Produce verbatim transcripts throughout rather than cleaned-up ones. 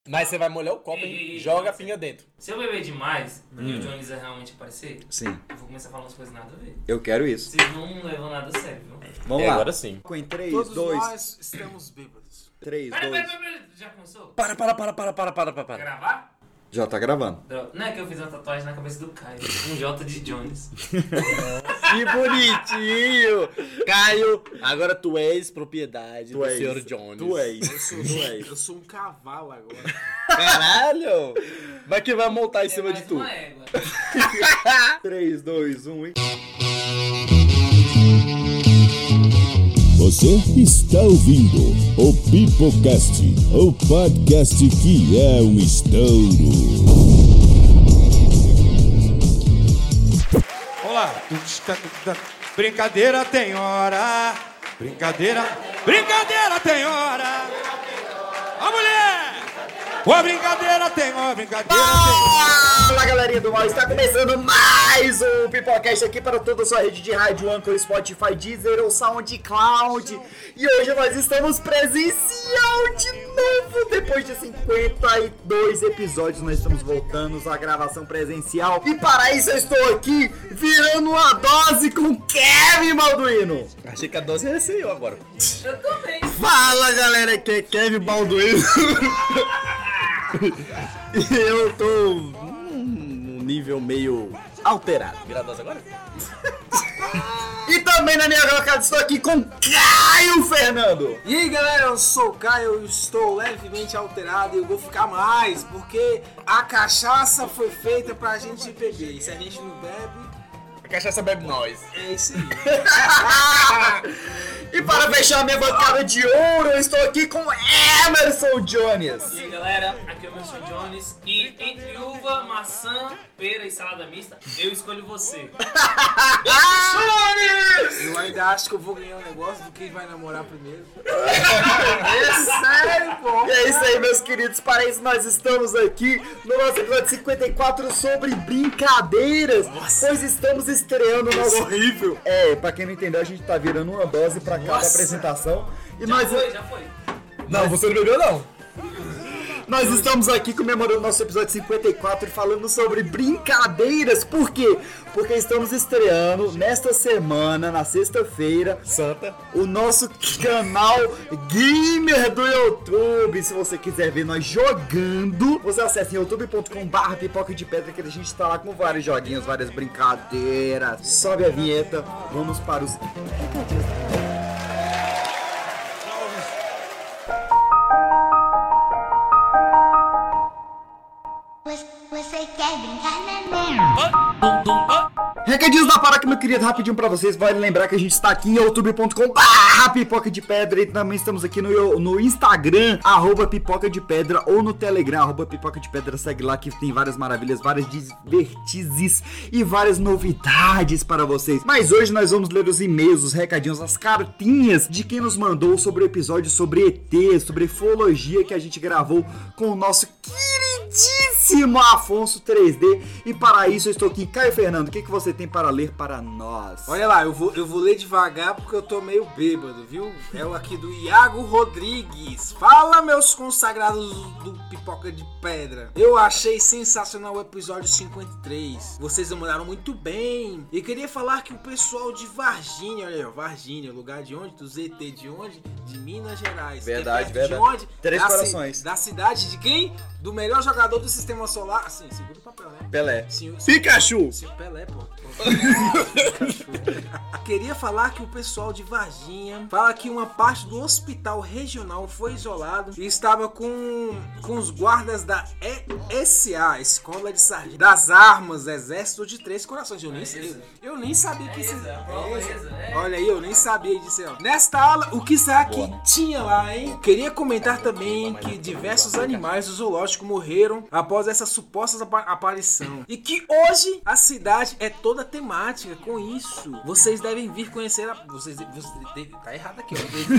Mas você vai molhar o copo e joga a pinga dentro. Se eu beber demais hum. e o Jones realmente aparecer, sim. eu vou começar a falar umas coisas nada a ver. Eu quero isso. Vocês não levam nada a sério, viu? Vamos é, lá. Agora sim. Com em três, Todos dois... nós estamos bêbados. três, pera, dois... Pera, pera, pera, já começou? Para, para, para, para, para, para, para. Gravar? Já tá gravando. Não é que eu fiz uma tatuagem na cabeça do Caio. Um J de Jones. Que bonitinho! Caio, agora tu és propriedade tu do és, senhor Jones. Tu és. Eu sou, tu és. eu sou um cavalo agora. Caralho! Vai que vai montar em é cima de tu. Uma égua. três, dois, um e... Você está ouvindo o Pipocast, o podcast que é um estouro. Olá, brincadeira tem hora, brincadeira, brincadeira tem hora. A mulher! Boa brincadeira tem hora, brincadeira tem hora. Fala, galerinha do mal, está começando mais um Pipocast aqui para toda a sua rede de rádio, Anchor, Spotify, Deezer ou SoundCloud. E hoje nós estamos presencial de novo, depois de cinquenta e dois episódios nós estamos voltando à gravação presencial. E para isso eu estou aqui virando uma dose com Kevin Balduino. Achei que a dose era esse eu agora. Eu também. Fala, galera, aqui é Kevin Balduino. E eu tô num nível meio alterado. Vira a dose agora? E também na minha bancada estou aqui com Caio Fernando. E aí, galera, eu sou o Caio, eu estou levemente alterado e eu vou ficar mais, porque a cachaça foi feita pra gente beber. E se a gente não bebe, A cachaça bebe nós. é isso aí. E para fechar a minha bancada de ouro, eu estou aqui com Emerson Jones. E aí, galera, aqui é o Emerson Jones. E entre uva, maçã, pera e salada mista, eu escolho você. Eu ainda acho que eu vou ganhar um negócio do quem vai namorar primeiro. É sério, pô. E é isso aí, meus queridos. Para isso, nós estamos aqui no nosso episódio cinquenta e quatro sobre brincadeiras. Nossa. Pois estamos estreando o nosso... horrível. É, pra quem não entendeu, a gente tá virando uma dose pra cada apresentação. E Já nós... foi, já foi. Não, você não bebeu não. Nós estamos aqui comemorando o nosso episódio cinquenta e quatro e falando sobre brincadeiras. Por quê? Porque estamos estreando nesta semana, na sexta-feira, Santa, o nosso canal Gamer do YouTube. Se você quiser ver nós jogando, você acessa em youtube ponto com barra pipoca de pedra, que a gente tá lá com vários joguinhos, várias brincadeiras. Sobe a vinheta, vamos para os recadinhos. Você quer brincar, neném? Recadinhos da paróquia, meu querido, rapidinho pra vocês. Vale lembrar que a gente está aqui em youtube ponto com barra pipoca de pedra. E também estamos aqui no, no Instagram, arroba pipoca de pedra, ou no Telegram, arroba pipoca de pedra. Segue lá que tem várias maravilhas, várias divertizes e várias novidades para vocês. Mas hoje nós vamos ler os e-mails, os recadinhos, as cartinhas de quem nos mandou sobre o episódio sobre E T, sobre ufologia que a gente gravou com o nosso queridíssimo Afonso três D. E para isso eu estou aqui. Caio Fernando, o que, que você tem para ler para nós? Olha lá, eu vou, eu vou ler devagar porque eu tô meio bêbado, viu? É o aqui do Iago Rodrigues. Fala, meus consagrados do Pipoca de Pedra. Eu achei sensacional o episódio cinquenta e três. Vocês demoraram muito bem. E queria falar que o pessoal de Varginha, olha aí, Varginha, lugar de onde? Do Z T de onde? De Minas Gerais. Verdade, que é perto verdade. De onde? Três da corações. Ci, da cidade de quem? Do melhor jogador do sistema solar. Assim, segura o papel, né? Pelé. Sim, Pikachu. Sim, Pelé, pô. Queria falar que o pessoal de Varginha fala que uma parte do hospital regional foi isolado e estava com, com os guardas da E S A, Escola de Sargento das Armas, Exército de Três Corações. Eu nem, eu, eu nem sabia que isso é. Olha aí, eu nem sabia disso. Ó. Nesta aula, o que será que tinha lá, hein? Queria comentar também que diversos animais do zoológico morreram após essa suposta apa- aparição e que hoje a cidade é toda temática com isso. Vocês devem vir conhecer a... Vocês, vocês deve... Tá errado aqui,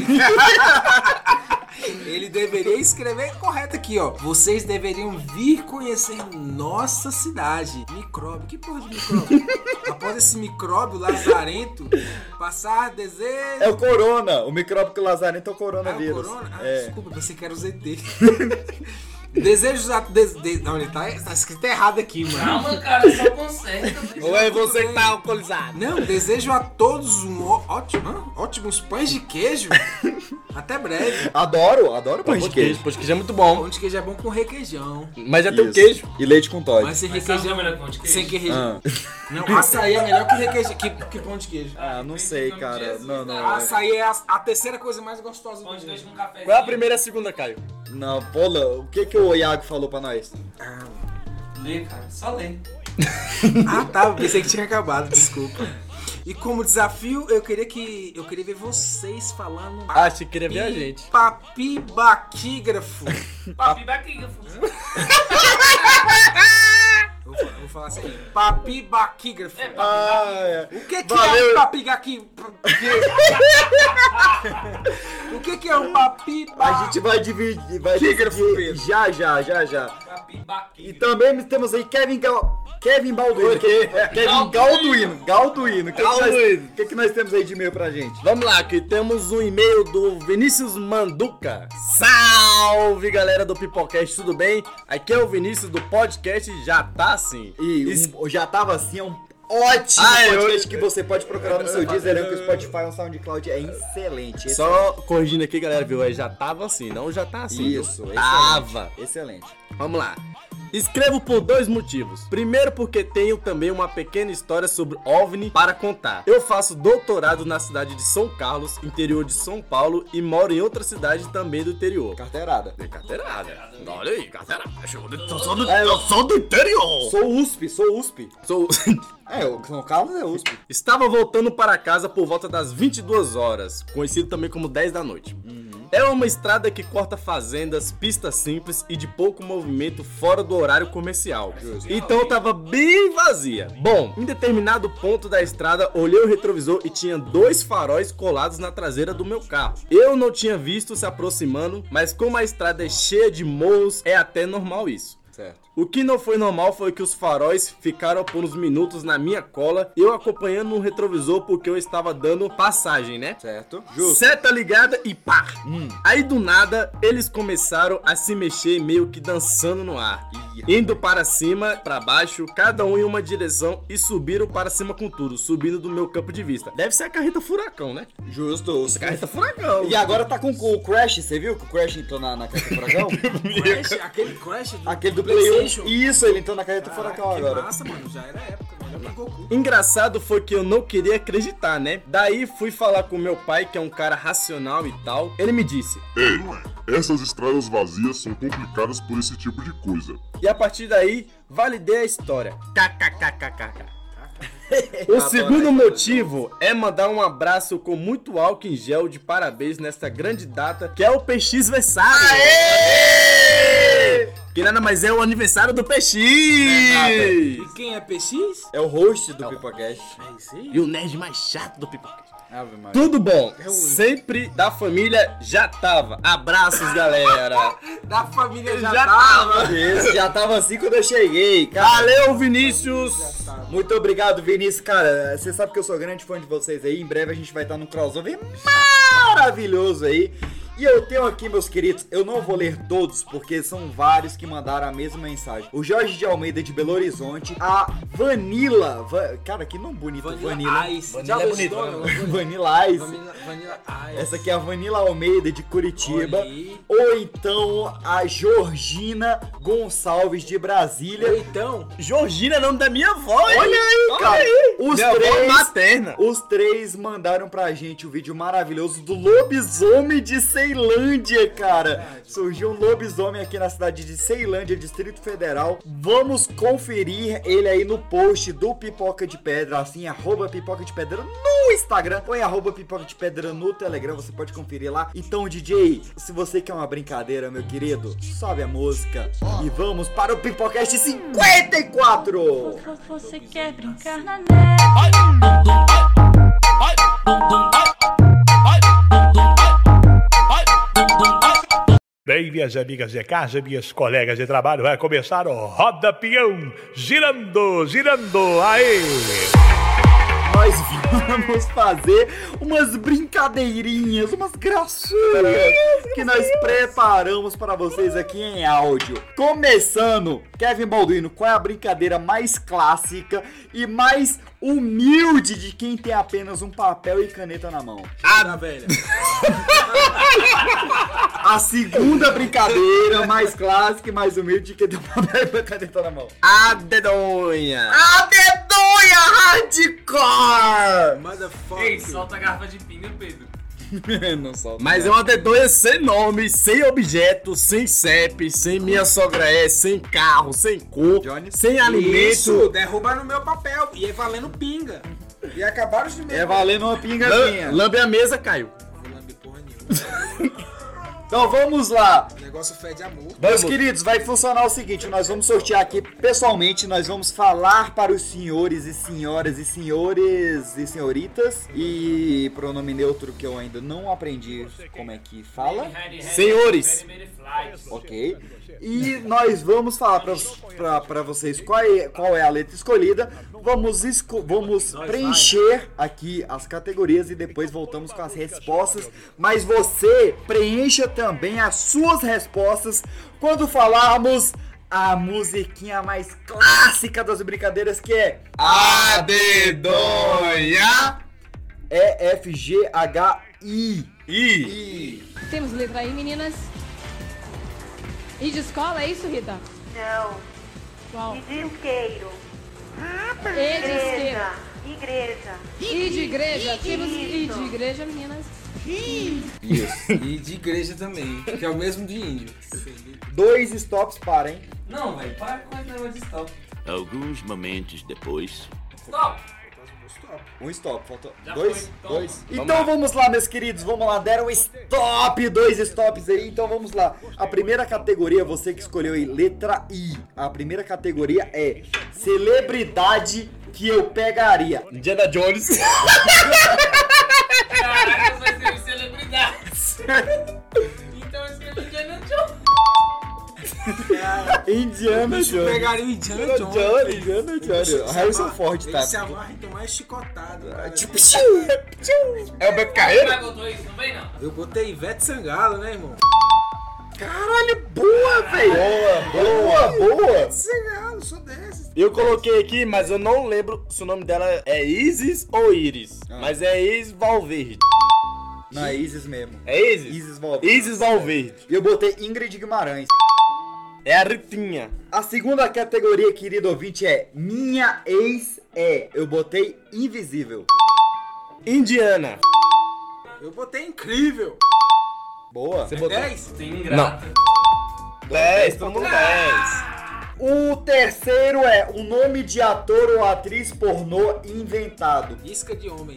ó. Ele deveria escrever correto aqui, ó. Vocês deveriam vir conhecer nossa cidade. Micróbio. Que porra de micróbio? Após esse micróbio lazarento passar desejo... É o corona. O micróbio que o lazarento é o Ah, coronavírus. o corona? Ah, é. desculpa, pensei que era o Z T. Desejos a... Des, de, não, ele tá, tá escrito errado aqui, mano. Calma, cara, só conserta. Ou é você que tá alcoolizado? Não, desejo a todos um ó- ótimo, hã? ótimos pães de queijo. Até breve. Adoro, adoro pão de queijo. Pão de queijo é muito bom. Pão de queijo é bom com requeijão. Mas já tem o Isso. queijo. E leite com Todd. Mas sem Mas sabe o que é requeijão. melhor que pão de queijo? Sem requeijão. Ah. Não, açaí é melhor que, requeijão, que, que pão de queijo. Ah, não sei, cara. Não, não. é- Açaí é a, a terceira coisa mais gostosa Pão do de queijo mundo. com café. Qual é a primeira e a segunda, Caio? Não, Pola, o que que o Iago falou pra nós? Lê, cara, só lê. Ah, tá. Eu pensei que tinha acabado, desculpa. E como desafio, eu queria que. Eu queria ver vocês falando. Ah, achei que queria ver a gente. Papibaquígrafo. Papi baquígrafo. Eu vou, eu vou falar assim. Papibaquígrafo. É, papi Ah, O que, que Valeu. é um papigaqui? O que, que é um papiba? a gente vai dividir, vai Quígrafo, dividir Pedro. já, já, já, já. Papi E baquígrafo. também temos aí Kevin Gal... Kevin Balduino. quê? Kevin Galduino. Galduino. O que, que, nós- Galduino. o que que nós temos aí de e-mail pra gente? Vamos lá, que temos um e-mail do Vinícius Manduca. Salve, galera do Pipocast, tudo bem? Aqui é o Vinícius do podcast Já Tá Assim. E um- já tava assim, é um ótimo Ah, é, podcast eu- que você pode procurar no seu Deezer, que o Spotify, o SoundCloud é excelente. Só corrigindo aqui, galera, viu? É Já Tava Assim, não Já Tá Assim. viu? Isso, Tava. Excelente. Vamos lá. Escrevo por dois motivos. Primeiro, porque tenho também uma pequena história sobre OVNI para contar. Eu faço doutorado na cidade de São Carlos, interior de São Paulo, e moro em outra cidade também do interior. Carteirada. Tem carteirada. Olha aí, carteirada. Eu sou do, É, eu- eu sou do interior. Sou U S P, sou U S P. Sou... É, o São Carlos é U S P. Estava voltando para casa por volta das vinte e duas horas, conhecido também como dez da noite. É uma estrada que corta fazendas, pistas simples e de pouco movimento fora do horário comercial. Então tava bem vazia. Bom, em determinado ponto da estrada, olhei o retrovisor e tinha dois faróis colados na traseira do meu carro. Eu não tinha visto se aproximando, mas como a estrada é cheia de morros, é até normal isso. Certo. O que não foi normal foi que os faróis ficaram por uns minutos na minha cola, eu acompanhando no retrovisor porque eu estava dando passagem, né? Certo. Seta ligada e pá! Aí do nada, eles começaram a se mexer meio que dançando no ar. Indo para cima, para baixo, cada um em uma direção e subiram para cima com tudo, subindo do meu campo de vista. Deve ser a carreta furacão, né? Justo. Carreta furacão. E agora tá com o Crash, você viu que o Crash entrou na, na carreta furacão? Crash, aquele Crash do Aquele do Play um. PlayStation. Isso, ele entrou na carreta furacão Que agora. massa, mano. Já era época, melhor que Goku. Engraçado foi que eu não queria acreditar, né? Daí fui falar com meu pai, que é um cara racional e tal. Ele me disse: Ei, essas estradas vazias são complicadas por esse tipo de coisa. e a partir daí, validei a história. KKKKK. O segundo motivo é mandar um abraço com muito álcool em gel de parabéns nesta grande data, que é o P X versário. Que nada mais é o aniversário do P X. E quem é P X? É o host do Pipocast. É isso aí. E o nerd mais chato do Pipocast. Ave Maria. Tudo bom, sempre da família Já Tava. Abraços, galera. Da família já, Já tava. Esse já tava assim quando eu cheguei, cara. Valeu, Vinícius. Muito obrigado, Vinícius. Cara, você sabe que eu sou grande fã de vocês aí. Em breve a gente vai estar num crossover maravilhoso aí. E eu tenho aqui, meus queridos, eu não vou ler todos, porque são vários que mandaram a mesma mensagem. O Jorge de Almeida, de Belo Horizonte. A Vanilla. Va- Cara, que nome bonito, Vanilla. Vanilla Ice. Já Vanilla é ouviu esse bonito, nome? né? Vanilla Ice. Vanilla, Vanilla Ice. Essa aqui é a Vanilla Almeida, de Curitiba. Olha aí. Ou então a Georgina Gonçalves, de Brasília. Ou então, Georgina é nome da minha avó. hein? Olha aí, cara. Os Minha avó três, materna. os três mandaram pra gente o vídeo maravilhoso do lobisomem de Ceilândia, cara. Surgiu um lobisomem aqui na cidade de Ceilândia, Distrito Federal. Vamos conferir ele aí no post do Pipoca de Pedra, assim, arroba Pipoca de Pedra no Instagram, põe arroba Pipoca de Pedra no Telegram, você pode conferir lá. Então, D J, se você quer uma brincadeira, meu querido, sobe a música e vamos para o Pipocast cinquenta e quatro. Você quer brincar na neve? Bem, minhas amigas de casa, minhas colegas de trabalho, vai começar o Roda Peão, girando, girando, aê! nós vamos fazer umas brincadeirinhas, umas gracinhas que nós preparamos para vocês aqui em áudio. Começando, Kevin Balduino, qual é a brincadeira mais clássica e mais humilde de quem tem apenas um papel e caneta na mão? Ah, velha. A segunda brincadeira mais clássica e mais humilde de quem tem um papel e caneta na mão. A dedonha. A dedonha hardcore! Motherfucker. Ei, solta a garrafa de pinga, Pedro. Não solta. Mas é uma dedonha sem nome, sem objeto, sem C E P, sem minha sogra é, sem carro, sem cor, Johnny? sem alimento. Isso, derruba no meu papel. E é valendo pinga. E acabaram de me... É valendo uma pingazinha. Lam- Lambe a mesa, Caio. Não vou lamber porra nenhuma. Então vamos lá. O negócio fede amor. Meus queridos, vai funcionar o seguinte, nós vamos sortear aqui pessoalmente, nós vamos falar para os senhores e senhoras e senhores e senhoritas e pronome neutro que eu ainda não aprendi como é que fala. Senhores. Ok. E nós vamos falar para vocês qual é, qual é a letra escolhida. Vamos, esco vamos preencher aqui as categorias e depois voltamos com as respostas. Mas você preencha também as suas respostas quando falarmos a musiquinha mais clássica das brincadeiras, que é A dedonha. E F G H I. I. Temos letra I, meninas. I de escola, é isso, Rita? Não. Qual? E de isqueiro. E de isqueiro. Igreja. I de igreja. Temos I Isso. de igreja, meninas. Isso. E de igreja também, que é o mesmo de índio. Dois stops para, hein? Não, velho, para com esse negócio de stop. Alguns momentos depois. Stop! Um stop, faltou. Já Dois? foi, toma. Dois. Então vamos lá, meus queridos, vamos lá. Deram stop, dois stops aí, então vamos lá. A primeira categoria, você que escolheu aí, letra I. A primeira categoria é celebridade que eu pegaria. Indiana Jones. Caraca, vai ser celebridades. Então eu escrevi Indiana Jones. Indiana Bicho, Jones. pegaria o Indiana Jones. Jones, Indiana Jones. Harrison Ford, Ele tá? se amarra e tomar chicotado. cara. Tipo, É o Beto Quem Carreiro? mais botou isso? Não vem, não. Eu botei Ivete Sangalo, né, irmão? caralho, boa, velho. Boa, boa, boa. Sangalo, sou desses. Eu coloquei aqui, mas eu não lembro se o nome dela é Isis ou Iris. Ah. Mas é Isis Valverde. Não, é Isis mesmo. É Isis? Isis Valverde. Isis Valverde. E eu botei Ingrid Guimarães. É a Ritinha. A segunda categoria, querido ouvinte, é minha ex é. Eu botei invisível. Indiana. Eu botei incrível. Boa. Você botou? dez? Tem ingrata. dez, todo mundo dez. O terceiro é o nome de ator ou atriz pornô inventado. Isca de homem.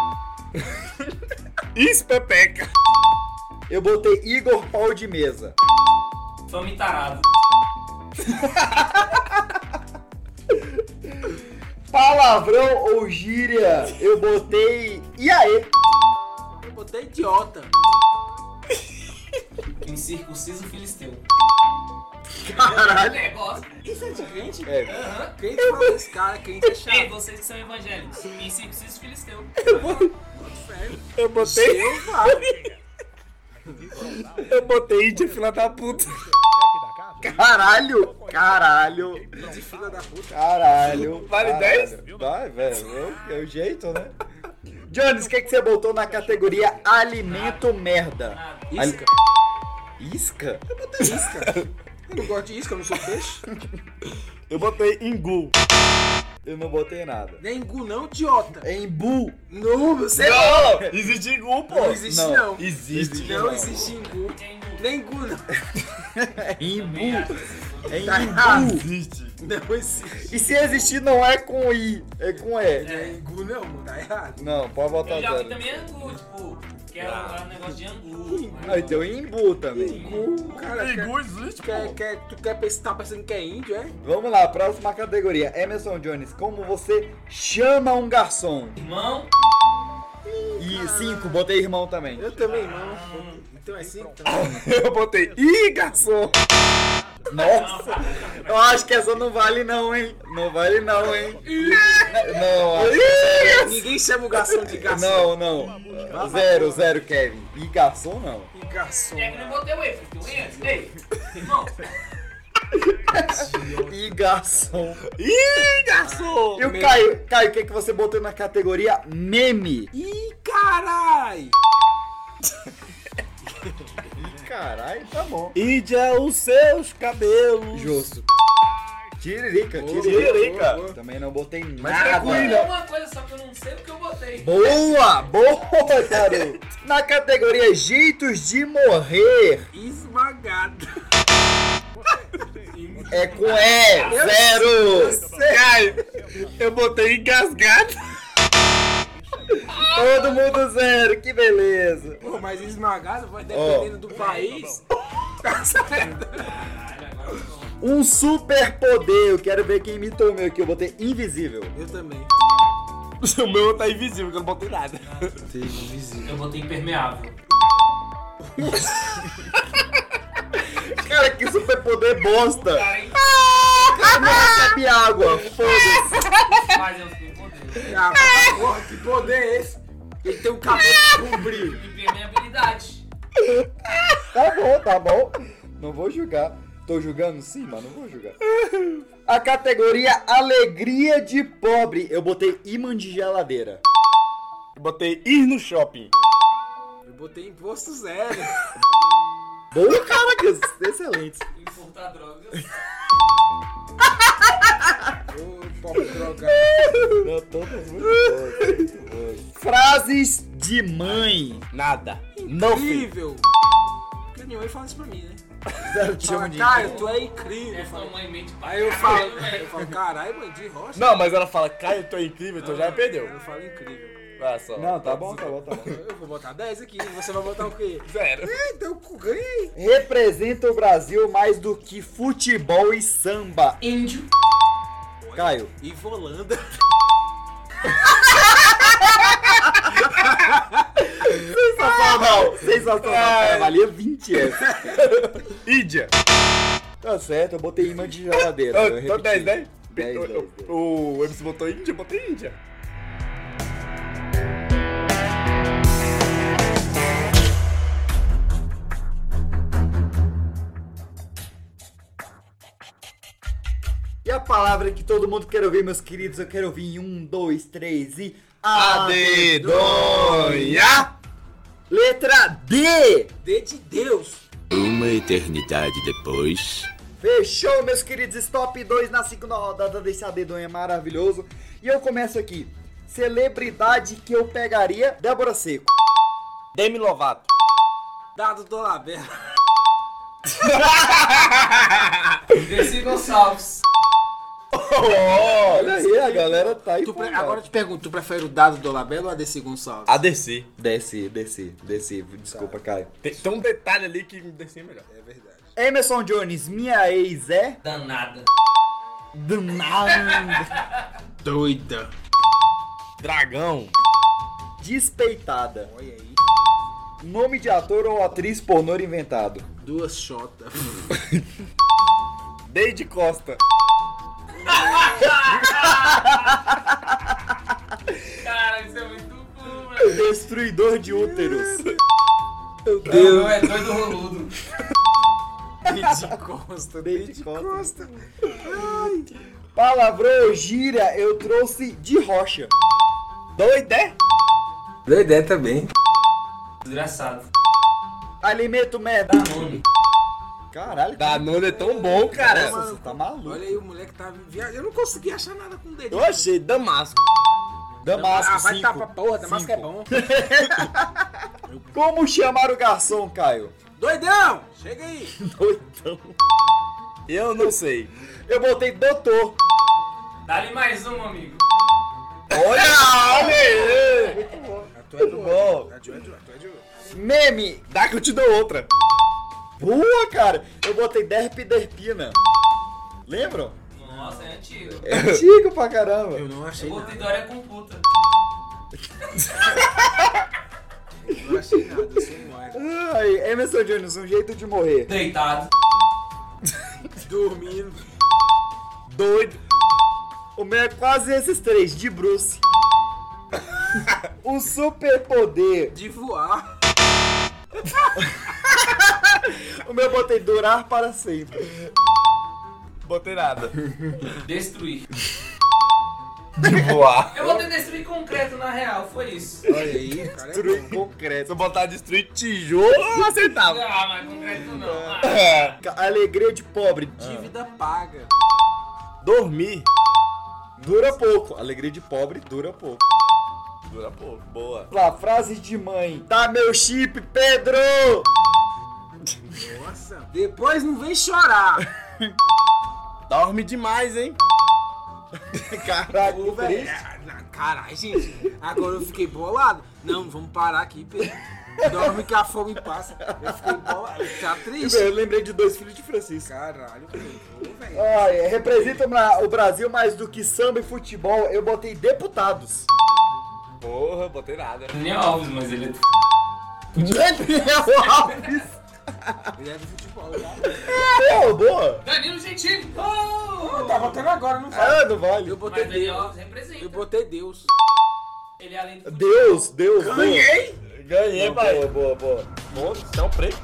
Isso, Pepeca. Eu botei Igor Pau de Mesa. Fome tarado. Palavrão ou gíria, eu botei Iaê. Eu botei idiota. Incircunciso filisteu. Caralho. Negócio. Isso é de crente? É. Aham. Crente fala esse cara, crente é Ei, chato. vocês que são evangélicos. Incircunciso filisteu. Eu botei. Eu vai. Eu botei Índia, fila da puta. Caralho, caralho, De filha da puta. caralho. Vale caralho. dez? Vai, velho. É o jeito, né? Jones, o que, que você botou na categoria alimento merda? Isca. Isca? Eu botei isca. Eu não gosto de isca, eu não sou peixe. Eu botei Ingu. Eu não botei nada. Nem gu não, idiota. Embu. Não, você Não, existe Ingu, pô. não existe Não. não. Existe. Não existe engu. Nem gu não. Embu. É Tá errado. embu. Existe. Não existe. E se existir não é com I, é com E. É engu não, mano. Tá errado. Não, pode botar Eu já vi zero. também angu, tipo, que era um negócio de angu. Ah, então embu também. Engu, cara. Ingu Quer, existe, quer, pô. quer, tu quer pensar, tá pensando que é índio, é? Vamos lá, próxima categoria. Emerson Jones, como você chama um garçom? Irmão, E cinco, botei irmão também. Eu também não. Então é cinco também. Eu botei. Ih, garçom. Nossa, eu acho que essa não vale não, hein? Não vale não, hein? Não, acho... Ninguém chama o garçom de garçom. Não, não. Zero, zero, Kevin. E garçom não. E garçom. É que não botei o efeito, ei, irmão. E garçom. Ih, garçom! E o Caio, Caio, o que, que você botou na categoria meme? Ih, carai! Ih, carai, tá bom. Índia, os seus cabelos. Justo. Tiririca, tiririca. Tiririca. Boa. Também não botei Mas nada. tranquilo. É uma coisa só que eu não sei porque eu botei. Boa, boa, garoto. Na categoria jeitos de morrer. Esmagado. É com E, zero. Caio, eu botei engasgado. Todo mundo zero, que beleza. Pô, mas esmagado vai dependendo oh. do país. Tá certo. Um super poder, eu quero ver quem imitou o meu aqui. Eu botei invisível. Eu também. O meu tá invisível, que eu não botei nada. Tem invisível. Eu botei impermeável. Cara, que super poder bosta. Ah, cara, não recebe água, foda-se. Mas eu tenho poder. Ah, porra, que poder é esse? Ele tem um cabelo com brilho. Impermeabilidade. Tá bom, tá bom. Não vou julgar. Tô julgando sim, mas não vou julgar. A categoria alegria de pobre. Eu botei imã de geladeira. Eu botei ir no shopping. Eu botei imposto zero. Boa, caraca, excelente. Importar drogas. Ô, pobre drogado. Não, todas muito boas. Frases de mãe. Nada. Incrível. Porque minha mãe fala isso pra mim, né? Zero te Fala, de Caio, tu é incrível. É sua mãe mente pra Aí eu caralho, falo, velho. eu falo, caralho, mãe, de rocha. Não, mas ela fala, Caio, tu é incrível, então já perdeu. Eu falo incrível. Olha só. Não, tá bom, tá bom, tá bom. Eu vou botar dez aqui, você vai botar o quê? Zero. É, então eu ganhei. Representa o Brasil mais do que futebol e samba. Índio. Caio. E Volanda. Sensacional. Sensacional. Cara, valia vinte essa. Índia. Tá certo, eu botei imã de geladeira. Oh, eu então repeti. dez, dez? dez, O- dez, o- dez. O M C botou Índia, eu botei Índia. E a palavra que todo mundo quer ouvir, meus queridos, eu quero ouvir em um, dois, três e... A dedonha. Letra D. D de Deus. Uma eternidade depois. Fechou, meus queridos. Stop dois na segunda rodada desse A dedonha maravilhoso. E eu começo aqui. Celebridade que eu pegaria, Débora Seco. Demi Lovato. Dado do Labela. Desi Gonçalves. Olha aí, a galera tá aí. Tu pre- Agora eu te pergunto, tu prefere o Dado do Labela ou a Desi Gonçalves? A D C. Desce, desce, desce. Desculpa, Caio. Tem, tem um detalhe ali que D C é melhor. É verdade. Emerson Jones, minha ex é... Danada. Danada. Doida. Dragão. Despeitada. Olha aí. Nome de ator ou atriz pornô inventado. Duas chotas. Deide Costa. Cara, isso é muito bom, velho. Destruidor de úteros. Meu Deus. É doido roludo. Deide Costa. Deide Deide Costa. Costa. Ai. Palavrão gíria, eu trouxe de rocha. Doidé. Doida também. Desgraçado. Alimento merda. Danone. Caralho. Danone é tão bom, cara. Nossa, você tá maluco. Olha aí o moleque tá viajando. Eu não consegui achar nada com o dedo. Eu achei Damasco. Damasco Ah, vai cinco. tapar porra, Damasco é bom. Como chamar o garçom, Caio? Doidão! Chega aí! Doidão. Eu não sei. Eu botei doutor. Dá-lhe mais um, amigo. Olha, olha aí. Muito bom. Tu é do bom. Tu é de tu é de Meme. Dá que eu te dou outra. Boa, cara. Eu botei derp e derpina. Lembram? Nossa, é antigo. É antigo pra caramba. Eu não achei Eu botei nada. Dória com puta. Eu não achei nada, eu sou um Ai, Emerson Jones, um jeito de morrer. Deitado. Dormindo. Doido. O meu é quase esses três, de Bruce. O superpoder de voar. O meu eu botei durar para sempre. Botei nada. Destruir. De voar. Eu botei destruir concreto na real, foi isso. Olha aí, cara. Destruir concreto. Se eu botar destruir tijolo, eu acertava. Ah, mas concreto não. Ah. Alegria de pobre. Dívida paga. Dormir. Dura pouco. Alegria de pobre dura pouco. Dura pouco. Boa. Lá, frase de mãe. Tá meu chip, Pedro! Nossa. Depois não vem chorar. Dorme demais, hein? Caralho, velho. Caralho, gente. Agora eu fiquei bolado. Não, vamos parar aqui, Pedro. Dorme que a fome passa. Eu fiquei bolado. Tá triste. Eu lembrei de dois filhos de Francisco. Caralho, velho. Ah, é, representa o Brasil mais do que samba e futebol. Eu botei deputados. Porra, botei nada. Daniel Alves, mas ele é... Daniel Alves. Ele é do futebol, tá? Boa, boa. Danilo Gentili. Oh, tá botando agora, não vale. Ah, não vale. Eu botei Mas Daniel Deus. Alves representa. Eu botei Deus. Ele é além do futebol. Deus, Deus. Ganhei? Boa. Ganhei, Não, pai. boa, boa, boa. Boa, então preto.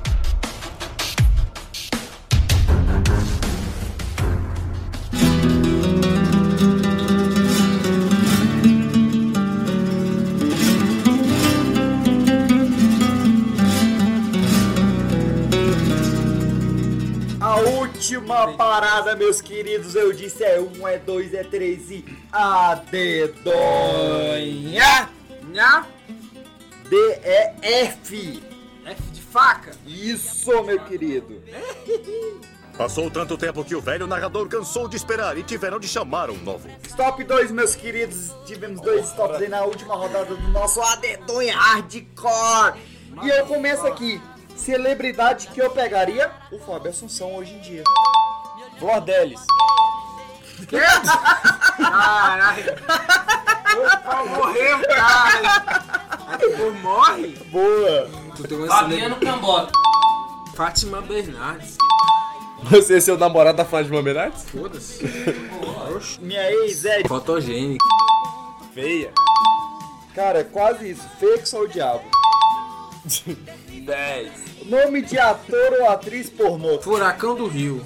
A última parada, meus queridos, eu disse é um, é dois, é três e a dedonha. Nha. D E F. F de faca. Isso, meu querido. Passou tanto tempo que o velho narrador cansou de esperar e tiveram de chamar um novo. Stop dois, meus queridos. Tivemos dois stops aí na última rodada do nosso A Dedonha Hardcore. E eu começo aqui. Celebridade que eu pegaria, o Fábio Assunção hoje em dia. Bordelis. Que? Caralho. O pau morreu, cara. Aí depois morre. Boa. Tu tem uma Fabiano Cambota. Fátima Bernardes. Você é seu namorado da Fátima Bernardes? Foda-se. Minha ex é fotogênica. Feia. Cara, é quase isso. Feio que só o diabo. dez. Nome de ator ou atriz pornô. Furacão do Rio.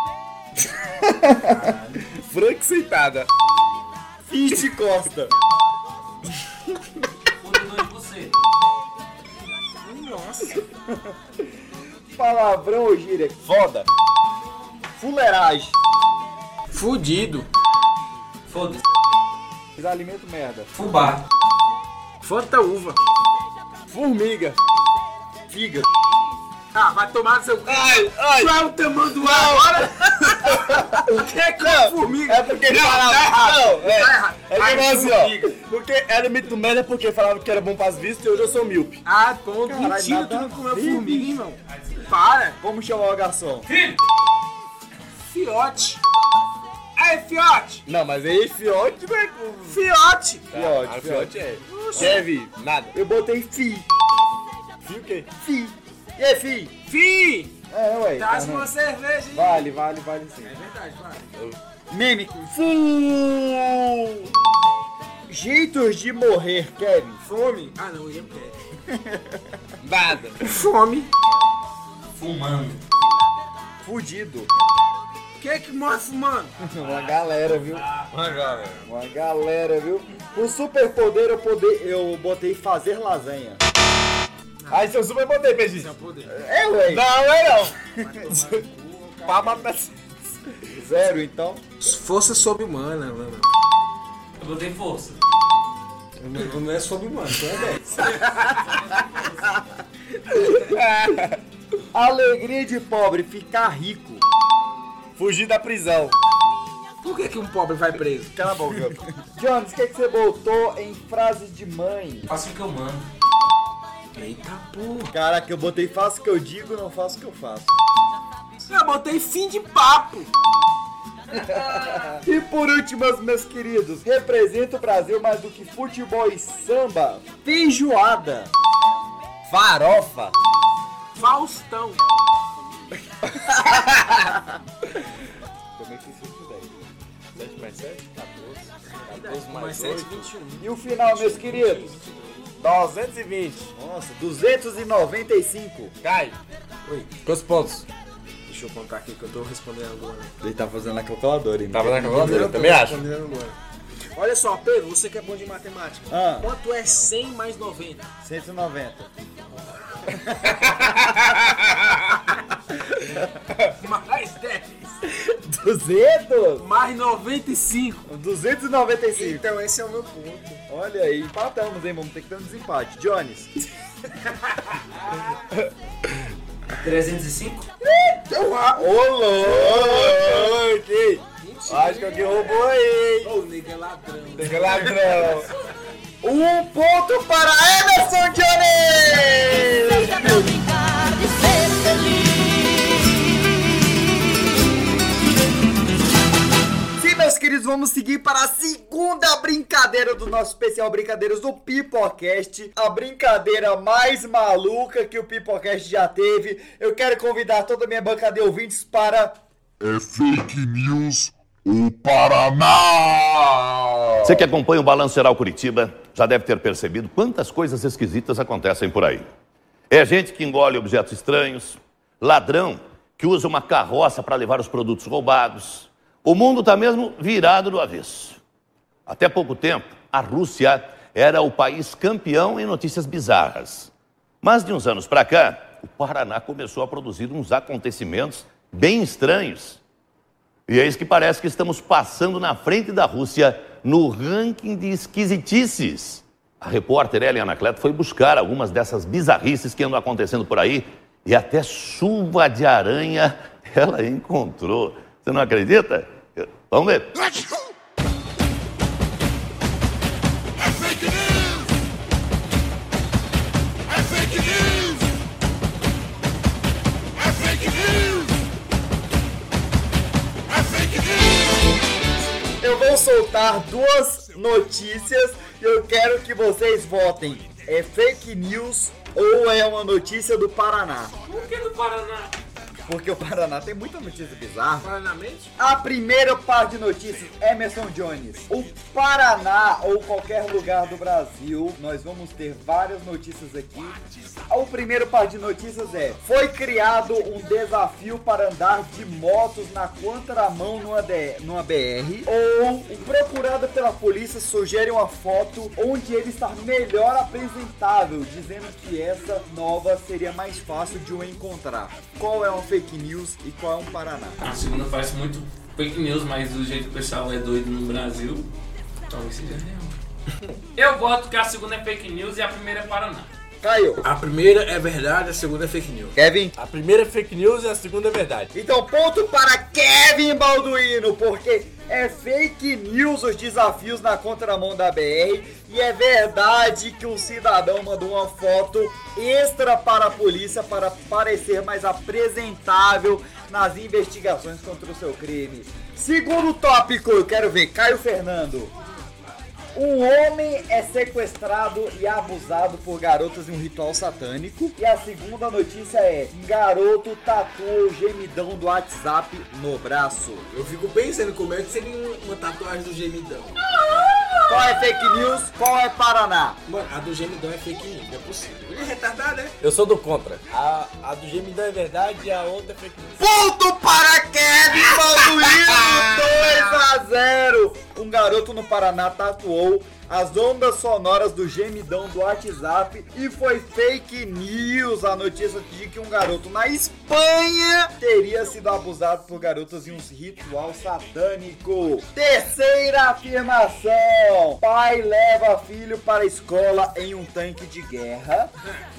Frank sentada. Fiz de Costa. Fudidor de você. Nossa. Palavrão ou gíria. Foda. Fuleiragem. Fudido. Foda-se. Alimento merda. Fubá. Fanta uva. Formiga. Figa. Ah, vai tomar no seu... Ai, ai. Tu é o tamanho do ar agora? O que é que é formiga? É porque não, falava. tá errado. Não, é. Tá errado. É que Ai, não, assim, formiga. ó. Porque era mito merda porque falavam que era bom pras vistas e hoje eu sou míope. Ah, ponto. Caralho, Mentira, nada tu não comeu a ver, formiga, irmão. Para. Vamos chamar o garçom. Filho. Fiote. Aí, fiote. Não, mas aí fiote não é com... Fiote. Fiote, Ah, fiote é. Deve, nada. Eu botei fi. Fi o quê? Fi. E aí, fi? Fi. É, ué. Traz tá, uma né? cerveja aí. Vale, vale, vale sim. É verdade, vale. Meme. Fu. Jeitos de morrer, Kevin. Fome. Ah, não, eu quero. Nada. Fome. Fumando. Fudido. Quem é que morre fumando? Uma galera, viu? Uma galera. Uma galera, viu? O superpoder eu, poder, eu botei fazer lasanha. Aí seu super botei, Peixe. Seu poder. É, ué. Não, é não. Pra matar... Zero, então. Força sobre-humana, mano. Eu botei força. Não é sobre-humano, tu é dez. Alegria de pobre, ficar rico. Fugir da prisão. Por que que um pobre vai preso? Cala a boca. Jones, o que, que você botou em frase de mãe? Faço o que eu mando. Eita porra. Caraca, eu botei faço o que eu digo, não faço o que eu faço. Eu botei fim de papo. E por último, meus queridos, representa o Brasil mais do que futebol e samba. Feijoada. Farofa. Faustão. Provavelmente cinco, dez. sete mais sete, quatorze. quatorze mais sete, oito. vinte e um. E o final, meus queridos? duzentos e vinte. Nossa, duzentos e noventa e cinco. Cai. Oi. Quantos pontos? Deixa eu contar aqui que eu tô respondendo agora. Ele tá fazendo na calculadora, hein? Tava na calculadora, eu tô também acho. respondendo agora. Olha só, Pedro, você que é bom de matemática. Ah. Quanto é cem mais noventa? cento e noventa. Mais dez. duzentos? Mais noventa e cinco. duzentos e noventa e cinco. Então esse é o meu ponto. Olha aí, empatamos, hein? Vamos ter que dar um desempate. Jones. trezentos e cinco? Ô, louco! Acho que alguém roubou aí. Ô, nega é ladrão. Nega é ladrão. Um ponto para Emerson Jones! Pra brincar de ser feliz. Sim, meus queridos, vamos seguir para a segunda brincadeira do nosso especial Brincadeiras do Pipocast. A brincadeira mais maluca que o Pipocast já teve. Eu quero convidar toda a minha bancada de ouvintes para... É fake news o Paraná! Você que acompanha o Balanço Geral Curitiba já deve ter percebido quantas coisas esquisitas acontecem por aí. É gente que engole objetos estranhos, ladrão que usa uma carroça para levar os produtos roubados. O mundo está mesmo virado do avesso. Até pouco tempo, a Rússia era o país campeão em notícias bizarras. Mas de uns anos para cá, o Paraná começou a produzir uns acontecimentos bem estranhos. E é isso que parece que estamos passando na frente da Rússia no ranking de esquisitices. A repórter Ellen Anacleto foi buscar algumas dessas bizarrices que andam acontecendo por aí e até chuva de aranha ela encontrou. Você não acredita? Vamos ver. É fake news! É fake news! É fake news! É fake news! Eu vou soltar duas notícias e eu quero que vocês votem. É fake news ou é uma notícia do Paraná? Por que do Paraná? Porque o Paraná tem muita notícia bizarra. Paranamente? A primeira parte de notícias, Emerson Jones. O Paraná ou qualquer lugar do Brasil, nós vamos ter várias notícias aqui. O primeiro par de notícias é: foi criado um desafio para andar de motos na contramão numa, D, numa B R. Ou um procurado pela polícia sugere uma foto onde ele está melhor apresentável, dizendo que essa nova seria mais fácil de o encontrar. Qual é uma fake news e qual é um Paraná? A segunda parece muito fake news, mas do jeito que o pessoal é doido no Brasil, talvez seja real. Eu voto que a segunda é fake news e a primeira é Paraná. Caio. A primeira é verdade, a segunda é fake news. Kevin. A primeira é fake news e a segunda é verdade. Então, ponto para Kevin Balduino, porque é fake news os desafios na contramão da B R e é verdade que um cidadão mandou uma foto extra para a polícia para parecer mais apresentável nas investigações contra o seu crime. Segundo tópico, eu quero ver, Caio Fernando. Um homem é sequestrado e abusado por garotas em um ritual satânico. E a segunda notícia é: um garoto tatua o gemidão do WhatsApp no braço. Eu fico pensando como é que seria uma tatuagem do gemidão. Qual é fake news? Qual é Paraná? Mano, a do gemidão é fake news, não é possível. Ele é retardado, né? Eu sou do contra. A, a do gemidão é verdade e a outra é fake news. Ponto para Kevin Balduino, dois a zero. Um garoto no Paraná tatuou as ondas sonoras do gemidão do WhatsApp e foi fake news a notícia de que um garoto na Espanha teria sido abusado por garotas em um ritual satânico. Terceira afirmação: pai leva filho para a escola em um tanque de guerra.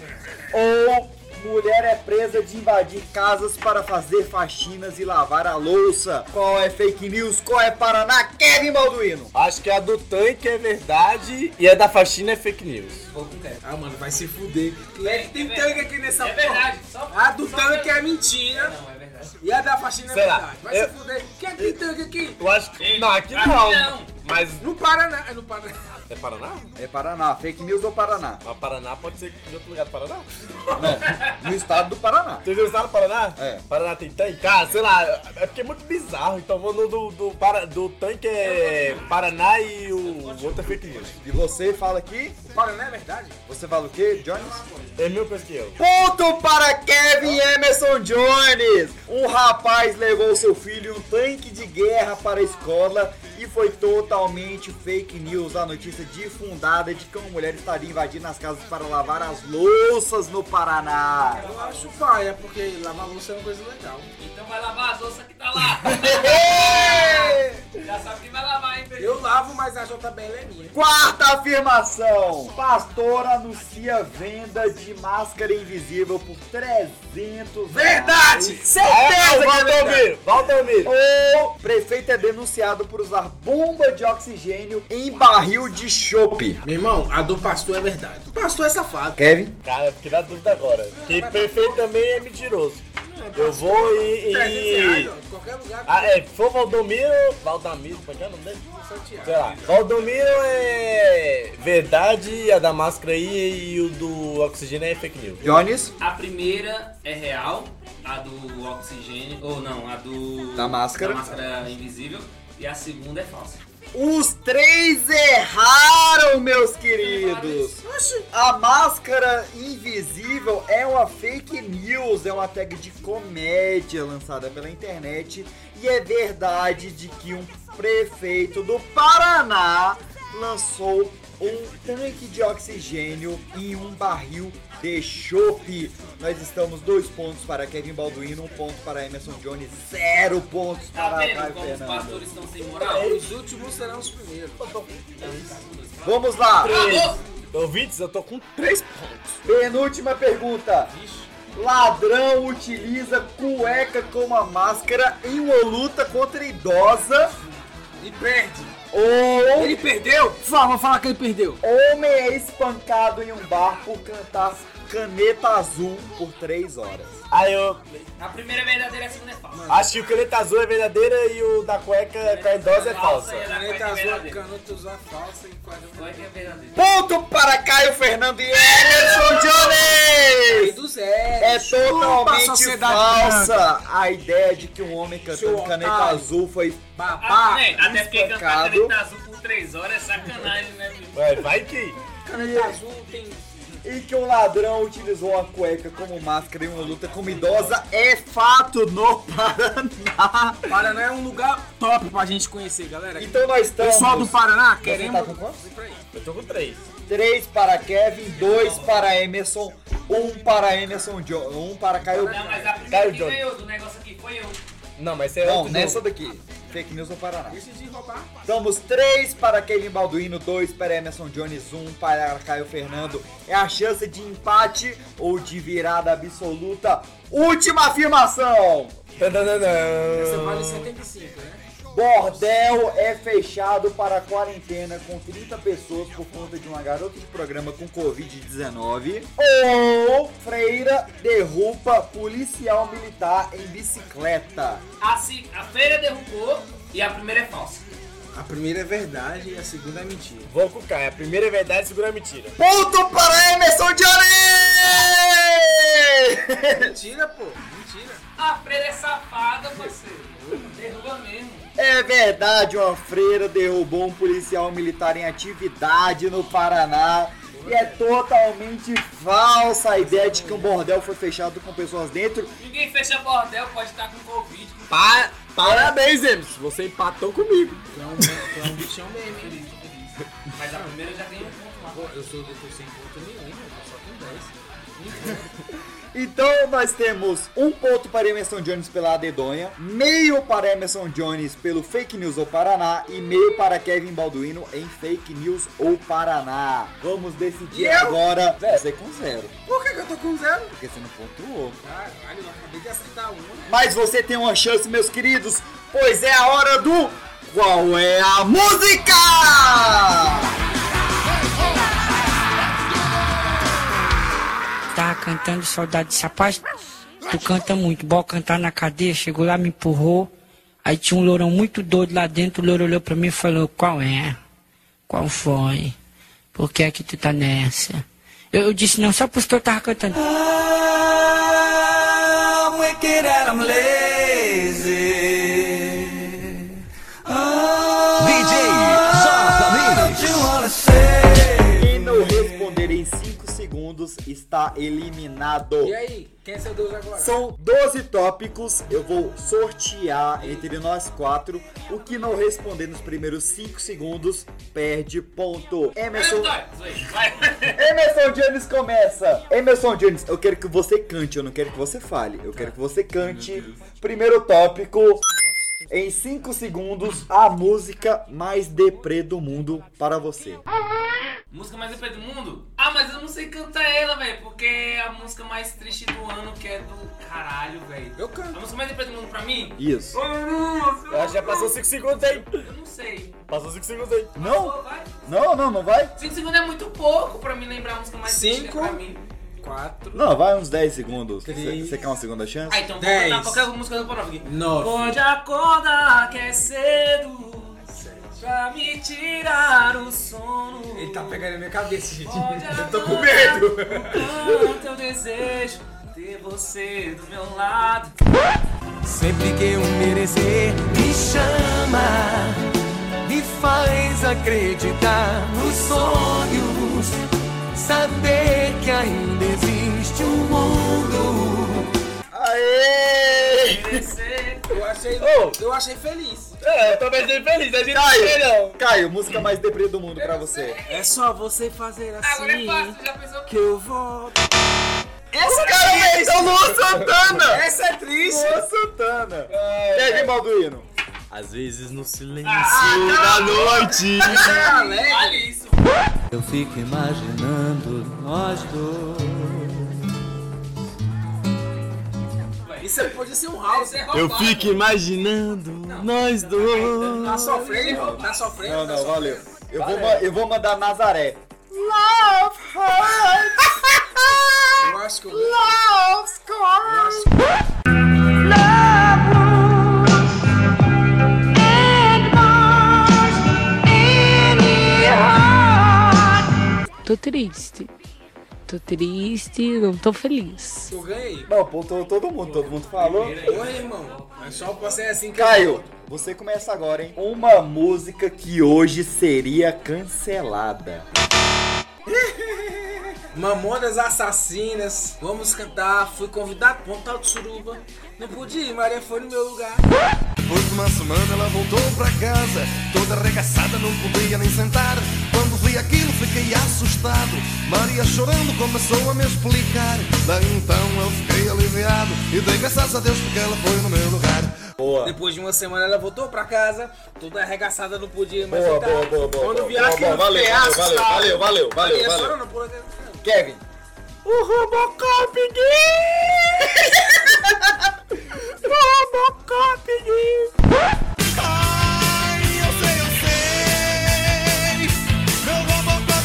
Ou mulher é presa de invadir casas para fazer faxinas e lavar a louça. Qual é fake news? Qual é Paraná? Kevin Balduino. Acho que a do tanque é verdade e a da faxina é fake news. Vou com Kevin. Ah, mano, vai se fuder. É, Tem é tanque aqui nessa É porra. verdade. Só, A do só tanque que- é mentira. Não, é verdade. E a da faxina é Sei lá, verdade. Vai eu- se fuder. Quem é que tem tanque aqui? Eu acho que. Ei, Não, aqui aqui não. não. Mas Não para, não. É no Paraná. É Paraná? É Paraná. Fake news do Paraná. Mas Paraná pode ser de outro lugar do Paraná? Não, no estado do Paraná. Você viu o estado do Paraná? É. Paraná tem tanque? Cara, sei lá, é porque é muito bizarro. Então vou no do, do, para, do tanque é Paraná e o outro é fake news. E você fala aqui? O Paraná é verdade? Você fala o quê, Jones? É a mesma coisa que eu. Ponto para Kevin Emerson Jones! Um rapaz levou seu filho em um tanque de guerra para a escola e foi totalmente fake news a notícia difundada de que uma mulher estaria invadindo as casas para lavar as louças no Paraná. Eu acho paia, porque lavar louça é uma coisa legal. Então vai lavar as louças que tá lá. Já sabe que vai lavar, hein, Pedro? Eu lavo, mas a J B L é minha. Quarta afirmação. Pastor anuncia venda de máscara invisível por trezentos Verdade! reais. Certeza que é verdade! Valdomiro! O prefeito é denunciado por usar bomba de oxigênio em barril de chope. Meu irmão, a do pastor é verdade. O pastor é safado. Kevin? Cara, eu fiquei na dúvida agora. Que prefeito também é mentiroso. Eu vou e... e... Qualquer lugar. Ah, é, se for Valdomiro... Valdamiro, como é que é o nome dele? Sei lá. Valdomiro é verdade, a da máscara aí e o do oxigênio é fake news. Jones? A primeira é real, a do oxigênio, ou não, a do... Da máscara. Da máscara invisível. E a segunda é falsa. Os três erraram, meus queridos. A máscara invisível é uma fake news, é uma tag de comédia lançada pela internet. E é verdade de que um prefeito do Paraná lançou um tanque de oxigênio em um barril de chope. Nós estamos dois pontos para Kevin Balduino, um ponto para Emerson Jones, zero pontos Tá para vendo Caio como os Fernando. pastores estão sem moral? Os últimos serão os primeiros. Vamos lá. Três. Ouvintes, eu tô com três pontos. Penúltima pergunta. Ladrão utiliza cueca como a máscara em uma luta contra idosa E perde. ou... Ele perdeu? Fala, vou falar que ele perdeu. Homem é espancado em um bar por cantar Caneta Azul por três horas. Aí eu A primeira é verdadeira e a segunda é falsa. acho que o caneta azul é verdadeira e o da cueca com a idosa é falsa. e a da Caneta cueca é azul, verdadeira. caneta usar falsa e quadro. Cueca é verdadeira. Ponto para Caio Fernando e Emerson Rei Jones! do Zé. É Chupa a totalmente sociedade falsa branca. a ideia de que um homem cantando Seu Caneta otário. Azul foi Ah, Babá. né? Até porque cantar espancado. caneta azul por três horas é sacanagem, né, bicho? Vai, vai que... Caneta azul tem. E que um ladrão utilizou a cueca como máscara em uma luta com uma idosa é fato no Paraná. Paraná é um lugar top pra gente conhecer, galera. Então nós estamos... Pessoal do Paraná, Você queremos. tá com quantos? Eu tô com três. três para Kevin, dois para Emerson, um para Emerson Jones, um para Caio. Não, mas a Caio primeira que Jones. ganhou do negócio aqui foi eu. Não, mas você é Não, outro nessa jogo. daqui. Fake News no Paraná. Esse de roubar. Estamos três para Kevin Balduino, dois para Emerson Jones, um para Caio Fernando. É a chance de empate ou de virada absoluta. Última afirmação. Essa vale setenta e cinco, né? Bordel é fechado para quarentena com trinta pessoas por conta de uma garota de programa com covid dezenove. Ou Freira derruba policial militar em bicicleta. A, ci- a feira derrubou e a primeira é falsa. A primeira é verdade e a segunda é mentira. Vou com o Caio. A primeira é verdade, a segunda é mentira. Ponto para Emerson Jones! Mentira, pô. Mentira. A freira é safada, parceiro. Derruba mesmo. É verdade, uma freira derrubou um policial militar em atividade no Paraná. E é totalmente falsa a ideia de que um bordel foi fechado com pessoas dentro. Ninguém fecha bordel, pode estar com Covid. Com... Pa Parabéns, Emerson. Você empatou comigo. Tu é um, tu é um bichão mesmo, hein? Feliz, feliz. Mas a primeira já tem um ponto lá. Pô, eu sou eu tô sem ponto nenhum, eu tô só com dez. Então nós temos um ponto para Emerson Jones pela dedonha, meio para Emerson Jones pelo Fake News ou Paraná e meio para Kevin Balduino em Fake News ou Paraná. Vamos decidir E eu? agora. Você com zero, Por que, que eu tô com zero? porque você não pontuou. Caralho, eu acabei de acertar uma. Mas você tem uma chance, meus queridos, pois é a hora do Qual é a Música? Tava cantando Saudade desse rapaz. Tu canta muito, bora cantar na cadeia. Chegou lá, me empurrou. Aí tinha um lourão muito doido lá dentro. O louro olhou pra mim e falou: Qual é? Qual foi? Por que é que tu tá nessa? Eu, eu disse não, só porque eu tava cantando. I'm wicked and I'm lazy. Oh, D J J what you wanna say? Quem não responder em cinco segundos está eliminado. E aí, quem é seu Deus agora? São doze tópicos, eu vou sortear entre nós quatro. O que não responder nos primeiros cinco segundos perde ponto. Emerson, Emerson Jones começa. Emerson Jones, eu quero que você cante, eu não quero que você fale. Eu quero que você cante. Primeiro tópico. Em cinco segundos, a música mais deprê do mundo para você. Música mais deprê do mundo? Ah, mas eu não sei cantar ela, velho, porque é a música mais triste do ano, que é do caralho, velho. Eu canto. A música mais deprê do mundo pra mim? Isso. Ah, já passou cinco segundos aí. Eu não sei. Passou cinco segundos aí. Não? Não, não, não vai? cinco segundos é muito pouco pra me lembrar a música mais triste Cinco. pra mim. Quatro. Não, vai uns dez segundos. Três. Você quer uma segunda chance? Ah, então vou Dez. cantar qualquer música do Pornov aqui. Nove. Pode acordar que é cedo pra me tirar o sono. Ele tá pegando a minha cabeça, gente. Pode Eu tô com acordar, medo. o quanto eu desejo ter você do meu lado. Sempre que eu merecer, me chama, me faz acreditar nos sonhos, saber que ainda existe um mundo. Aê! Eu achei, Ô. eu achei feliz. É, eu também estou feliz, a gente não Caio, sei não. Caio, música mais deprê do mundo pra você. É só você fazer assim Agora é fácil, já pensou? que eu volto. Essa cara é então Luan Santana! Essa é triste. Luan Santana! Kevin Balduino. Às vezes no silêncio da noite. Olha isso. Eu fico imaginando nós dois. Isso pode ser um house. Eu fico imaginando nós dois. Tá sofrendo, irmão? Tá sofrendo? Não, tá não, sofrendo. valeu. Eu vou, ma- eu vou mandar Nazaré. Love hurts. Eu acho que eu Love scars. Tô triste. Tô triste, não tô feliz. Eu ganhei. Não, pô, to- todo mundo, todo mundo falou. Oi, irmão. É só você assim que Caio, você começa agora, hein? Uma música que hoje seria cancelada. Mamonas Assassinas, vamos cantar. Fui convidado pra um tal de suruba. Não pude ir, Maria foi no meu lugar. Depois de uma semana ela voltou pra casa, toda arregaçada, não podia nem sentar. Quando vi aquilo fiquei assustado. Maria chorando começou a me explicar. Daí então eu fiquei aliviado e dei graças a Deus porque ela foi no meu lugar. Boa. Depois de uma semana ela voltou pra casa, toda arregaçada, não podia mais Boa, sentar. boa, boa, boa. Quando vi boa, aquilo, boa, valeu, fiquei valeu, assustado. valeu, valeu, valeu, Maria valeu. chorando por aquele- Kevin. O Robocop gay! Robocop gay! Ai, eu sei, eu sei, meu Robocop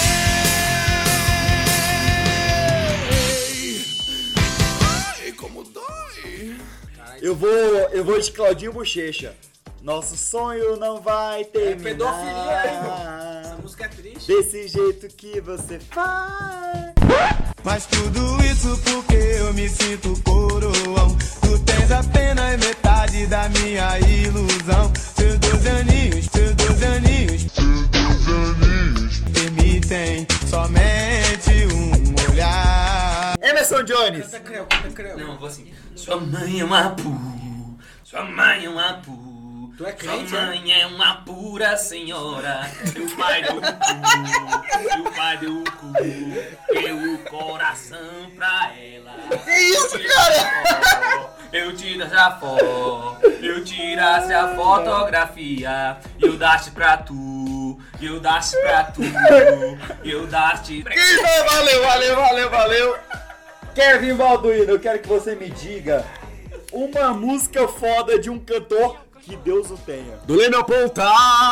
gay. Ai, como dói. Eu vou, eu vou de Claudinho Bochecha. Nosso sonho não vai terminar. pedofilia, hein, irmão? Essa música é triste. Desse jeito que você faz. Mas tudo isso porque eu me sinto coroão. Tu tens apenas metade da minha ilusão. Seus doze aninhos, seus doze aninhos, seus doze aninhos permitem somente um olhar. Emerson Jones. Canta creu, canta creu. Não, eu vou assim. Sua mãe é uma pu. Sua mãe é uma pu. Tu é crente, Sua mãe é uma pura senhora. Seu pai deu o cu. Seu pai deu o cu. Deu o coração pra ela. Que isso, cara? Eu tirasse a foto. Eu tirasse a fotografia. Eu daste pra tu. Eu daste pra tu. Eu daste pra Que isso, valeu, valeu, valeu, valeu. Kevin Balduino, eu quero que você me diga uma música foda de um cantor que Deus o tenha. Do Leme ao Pontal.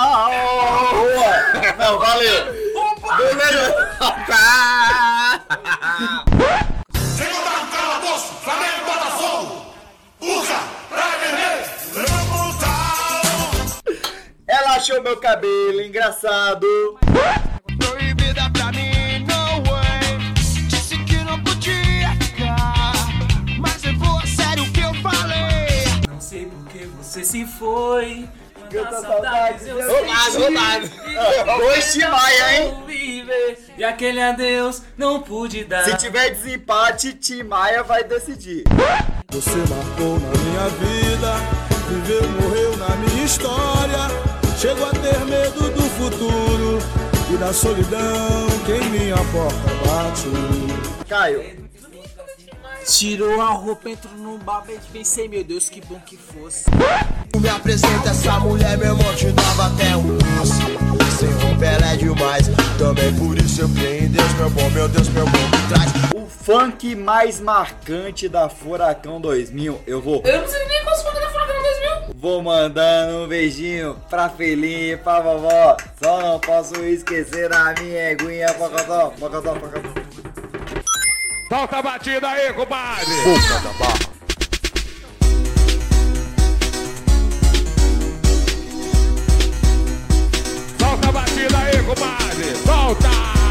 Não, valeu. Do Leme ao Pontal. Sem botar um calabouço, Flamengo e Botafogo. Usa pra vermelho, levantar. Ela achou meu cabelo engraçado. Proibido foi. Canta saudades, eu Roubado, roubado. Dois Tim Maia, hein? Viver, e aquele adeus não pude dar. Se tiver desempate, Tim Maia vai decidir. Você marcou na minha vida, viveu, morreu na minha história. Chego a ter medo do futuro e da solidão que em minha porta bate. Caio. Tirou a roupa, entrou no bar, pensei, meu Deus, que bom que fosse. Me apresenta essa mulher, meu irmão, te dava até um passo. Sem roupa ela é demais, também por isso eu creio em Deus, meu bom, meu Deus, meu bom, me traz. O funk mais marcante da Furacão dois mil, eu vou... Eu não sei nem qual funk da Furacão dois mil. Vou mandando um beijinho pra filhinha, pra vovó. Só não posso esquecer da minha eguinha, pocotó, pocotó, pocotó. Solta a batida aí, compadre! Boca da barra. Solta a batida aí, compadre! Solta!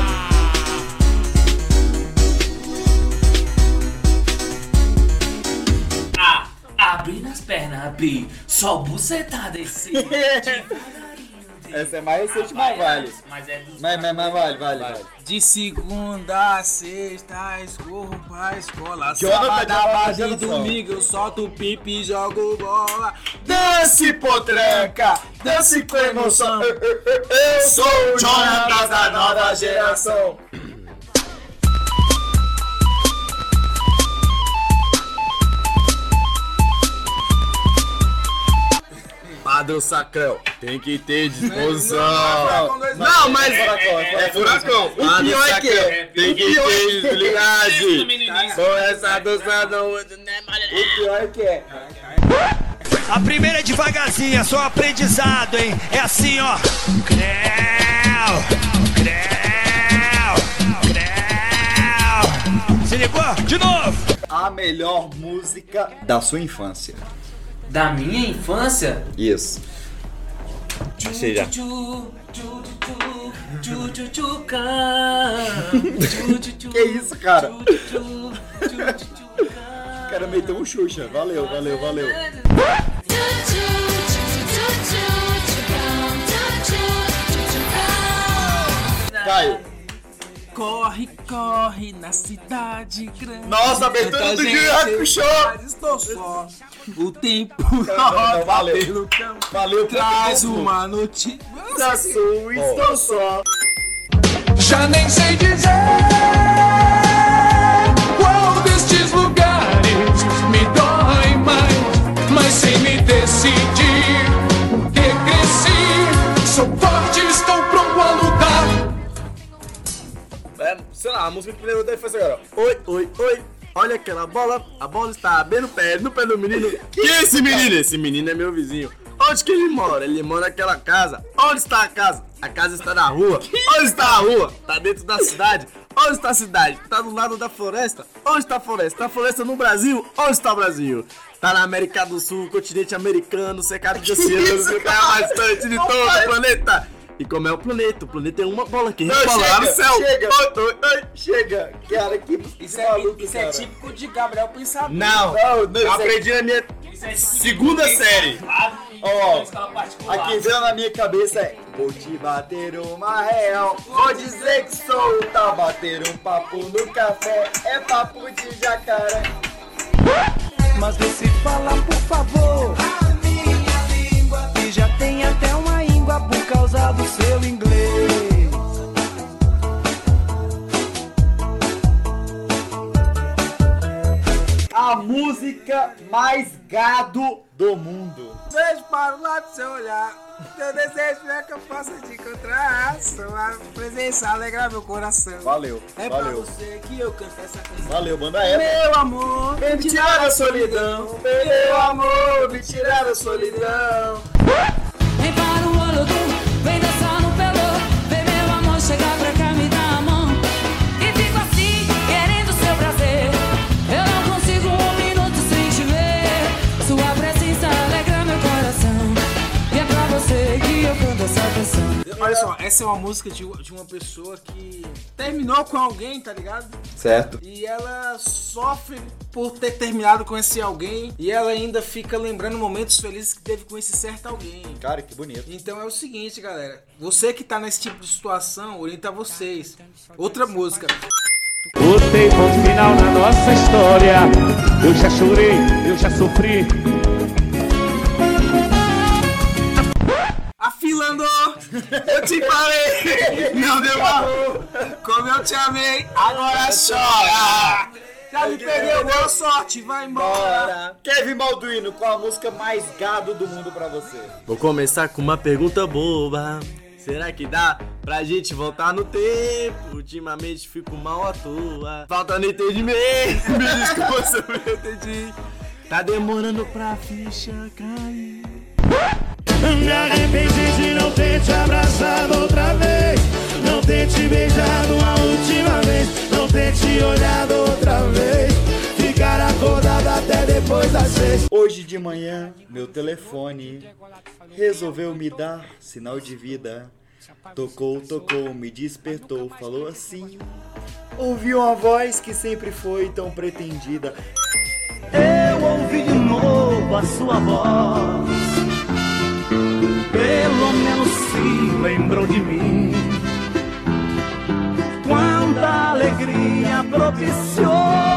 Ah, abri nas pernas, abri. Só bucetada esse. Essa é mais recente, mas vale. Mas é dos Mas, mas, mas vale, vale, vale. De segunda a sexta, escorro pra escola. Jonathan, Sábado, Jonathan, e Jonathan. domingo eu solto o pipi e jogo bola. Dance, potranca, dance com emoção. Eu, eu, eu, eu sou o Jonathan da nova geração. Padre Sacrão, tem que ter disposição. Não, Não, mas Furacão, é furacão. O Padre pior é que Sacrão. tem que O pior ter é que- disponibilidade. Com essa adoçada. O pior é que é. A primeira é devagarzinho, é só aprendizado, hein? É assim, ó. Creu, creu, creu. Se ligou? De novo. A melhor música da sua infância. Da minha infância? Isso. Achei já. Que isso, cara? O cara meteu um Xuxa. Valeu, valeu, valeu. Caio. Corre, corre na cidade grande. Nossa, abertura Tanta do gente, Gil Hakusho. mas estou só. O tempo Não, não, valeu. pelo campo. Valeu, Traz valeu. uma notícia. Da sua, estou só. Já nem sei dizer qual destes lugares me dói mais, mas sem me decidir, porque cresci, sou forte, estou pronto a lutar. É, sei lá, a música que primeiro dele foi assim agora. Oi, oi, oi. Olha aquela bola, a bola está bem no pé, no pé do menino. Que é esse menino? Esse menino é meu vizinho. Onde que ele mora? Ele mora naquela casa. Onde está a casa? A casa está na rua. Onde está a rua? Está dentro da cidade. Onde está a cidade? Está do lado da floresta. Onde está a floresta? Está a floresta no Brasil? Onde está o Brasil? Tá na América do Sul, continente americano, cercado de oceanos, o cara mais distante de todo o planeta. E como é o planeta? O planeta é uma bola que rebola lá no céu. Chega, Oi, oi, oi. chega. Cara, que Isso é, maluco, isso é cara. típico de Gabriel Pensador. Não, Não, não, eu isso é- aprendi na minha segunda série. Ó, aqui veio na minha cabeça é: vou te bater uma real, vou dizer que sou o tal, bater um papo no café, é papo de jacaré. Mas você fala, por favor, a minha língua, que já tem até uma íngua por causa do seu inglês. A música mais gado do mundo. Vejo para o lado do seu olhar. Meu desejo é que eu possa te encontrar. Sua presença alegra meu coração. Valeu, É valeu. pra você que eu canto essa canção. Valeu, banda ela. Meu amor, Vem me tirar da solidão, meu amor, me tirar da solidão. Vem para o Olodum, vem dançar no pelô. Vem meu amor, chegar pra cá, me dá a mão. E fico assim, querendo seu prazer. Eu não consigo um minuto sem te ver. Sua presença alegra meu coração. E é pra você seguir, eu canto essa canção. Olha só, essa é uma música de, de uma pessoa que terminou com alguém, tá ligado? Certo. E ela sofre por ter terminado com esse alguém e ela ainda fica lembrando momentos felizes que teve com esse certo alguém. Cara, que bonito. Então é o seguinte, galera. Você que tá nesse tipo de situação, orienta vocês. Outra música. O tempo final na nossa história. Eu já chorei, eu já sofri. Afilando, eu te falei, não deu valor. Como eu te amei, agora chora. Já me perdeu, boa sorte, vai embora. Kevin Balduino, qual a música mais gado do mundo pra você? Vou começar com uma pergunta boba. Será que dá pra gente voltar no tempo? Ultimamente fico mal à toa. Faltando entendimento. Me desculpa se eu não entendi. Tá demorando pra ficha cair. Me arrependi de não ter te abraçado outra vez. Não ter te beijado a última vez. Não ter te olhado outra vez. Ficar acordado até depois das seis. Hoje de manhã, meu telefone resolveu me dar sinal de vida. Tocou, tocou, me despertou, falou assim. Ouvi uma voz que sempre foi tão pretendida. Eu ouvi de novo a sua voz. Pelo menos se lembrou de mim. Quanta alegria propiciou.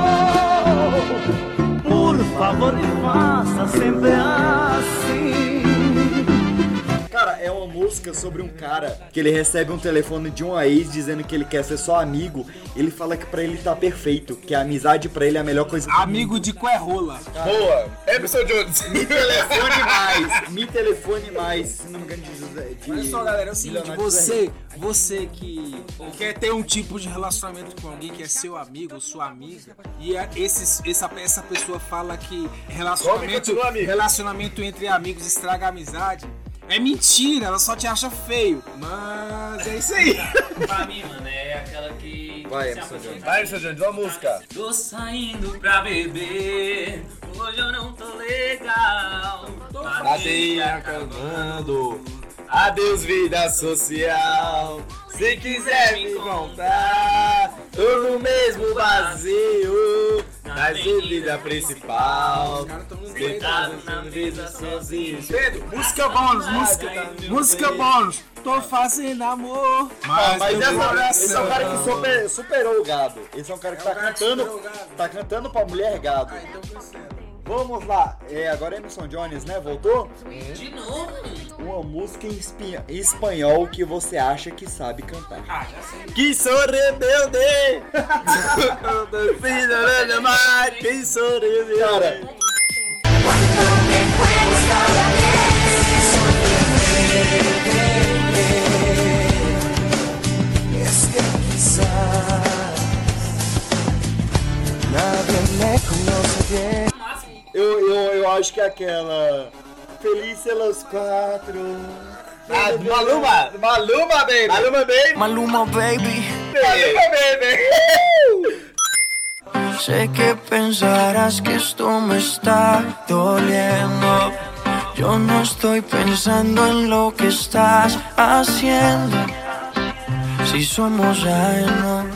Por favor, me faça sempre assim. Cara, é uma música sobre um cara que ele recebe um telefone de uma ex dizendo que ele quer ser só amigo. Ele fala que pra ele tá perfeito, que a amizade pra ele é a melhor coisa. Amigo de Coerrola. Boa, Emerson Jones. Me telefone mais, me telefone mais. Se não me engano, de José. De Olha só, galera, é o seguinte, você, você que quer ter um tipo de relacionamento com alguém que é seu amigo, sua amiga, e é esses, essa, essa pessoa fala que relacionamento, relacionamento entre amigos estraga a amizade. É mentira, ela só te acha feio. Mas é isso aí. Pra mim, mano, é aquela que... Vai, Emerson Jones. Vai, Emerson Jones, uma música. Tô saindo pra beber, hoje eu não tô legal. Cadeia acabando, adeus vida social. Se quiser me encontrar, tô no mesmo vazio da vida principal. Sentado na mesa sozinho. Pedro, música bônus, música, música bônus. Tô fazendo amor, mas, mas teu coração. esse é um cara que super, superou o gado. Esse é um cara que É um tá cara que cantando, superou o gado. tá cantando pra mulher gado. Ah, então cancela. Vamos lá, é, agora é Emerson Jones, né? Voltou? De novo? Uma música em espi- em espanhol que você acha que sabe cantar. Ah, já sei. Que sou rebelde. Que sou rebelde. Cara, Es que quizás nadie me conoce bien. eu, eu, eu acho que é aquela Feliz los quatro. Ah, Maluma! Maluma, baby! Maluma, baby! Maluma, baby. Maluma, baby! Sé que pensarás que esto me está doliendo. Yo no estoy pensando en lo que estás haciendo. Si somos ajenos.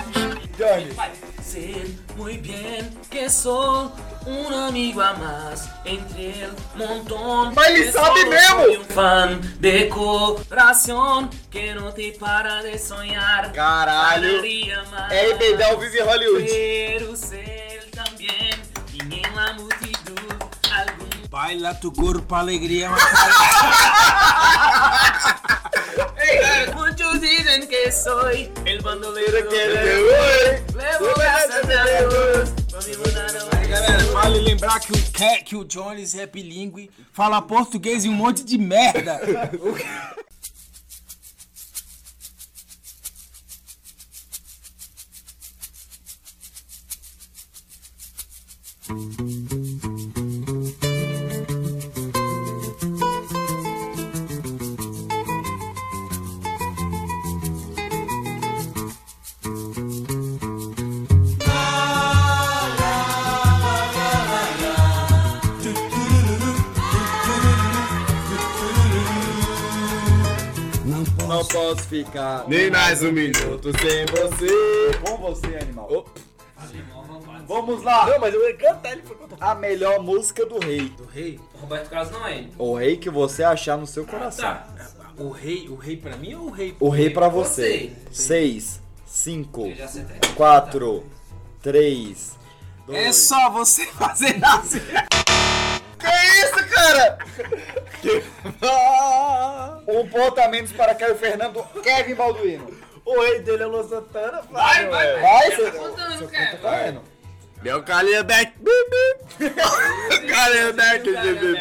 Sé muy bien que soy un amigo a más entre el montón. Mas ele Que sabe solo mesmo. soy un fan de corazón que no te para de soñar. Caralho. Cada día más. É baby, ao vivo em Hollywood. Pero ser también y en la multitud algún. Baila tu corpo, alegría. Muchos dicen que soy el bandolero Que te voy. Levo graças a Deus. Aí, galera, vale lembrar que o, Ke- que o Jones é bilíngue, fala português e um monte de merda. não posso ficar nem mais um minuto sem você. Com você, animal. Oh. Vamos lá. Não, mas eu ia cantar, ele foi cantar. A melhor música do rei. Do rei? O Roberto Carlos não é ele. O rei que você achar no seu coração. Tá. O rei, o rei pra mim ou o rei? O rei pra você. Seis, cinco, quatro, três, dois. É só você fazer assim. Que isso, cara? Um ponto a menos para Caio Fernando, Kevin Balduino. O rei dele é o Luan Santana. Vai, vai, vai. Vai, Tá você contando, seu cara. ponto tá indo. Meu carinha back. Carinha back.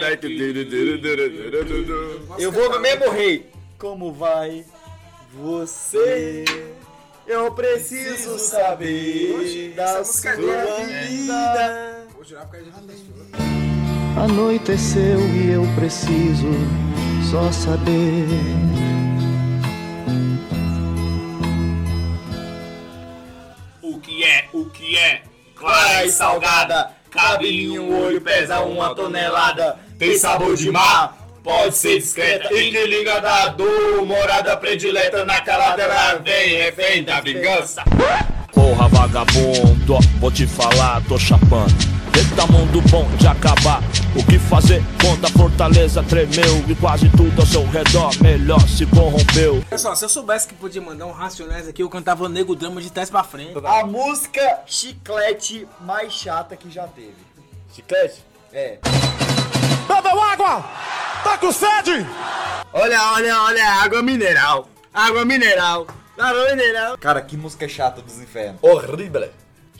Eu vou no mesmo rei. Como vai você? Eu preciso saber da sua vida. Vou jurar porque a gente não tem chuva. Anoiteceu e eu preciso só saber. O que é, o que é? Clara e salgada, cabelinho, um olho pesa uma tonelada. Tem sabor de mar, pode ser discreta. Inimiga da dor, morada predileta. Na calada ela vem, refém da vingança. Porra, vagabundo, vou te falar, tô chapando. Eita, mundo bom de acabar. O que fazer quando a fortaleza tremeu e quase tudo ao seu redor melhor se corrompeu. Pessoal, se eu soubesse que podia mandar um Racionais aqui, eu cantava o Nego Drama de trás pra frente. A música chiclete mais chata que já teve. Chiclete? É. Bebeu água! Tá com sede? Olha, olha, olha, água mineral. Água mineral. Água mineral. Cara, que música chata dos infernos. Horrível.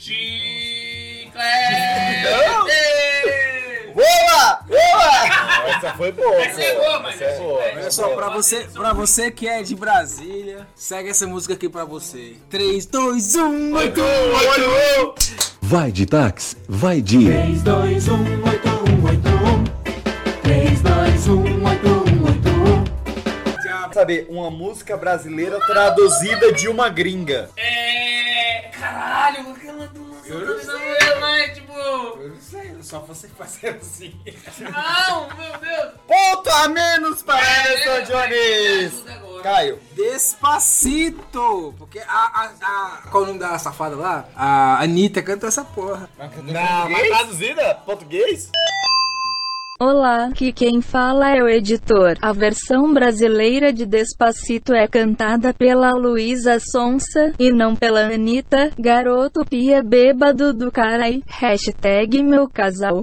Boa! Boa! Essa foi boa. Essa é boa, mas essa é boa. Olha só, pra você, pra você que é de Brasília, segue essa música aqui pra você. três, dois, um, oito, oito, Vai de táxi, vai de. três, dois, um, oito, um, oito, um. três, dois, um, oito, um, oito, um. Saber, uma música brasileira traduzida de uma gringa. É. Caralho, aquela do. Eu não sei. Não, mas tipo. Eu não sei, só você fazer assim. Não, meu Deus. Ponto a menos para É, Anderson é, Jones. é, Caio. Despacito! Porque a, a, a. Qual é o nome da safada lá? A Anitta cantou essa porra. Não, mas traduzida? Português? Olá, aqui quem fala é o editor. A versão brasileira de Despacito é cantada pela Luísa Sonza e não pela Anitta. Garoto pia bêbado do carai. Hashtag meu casal.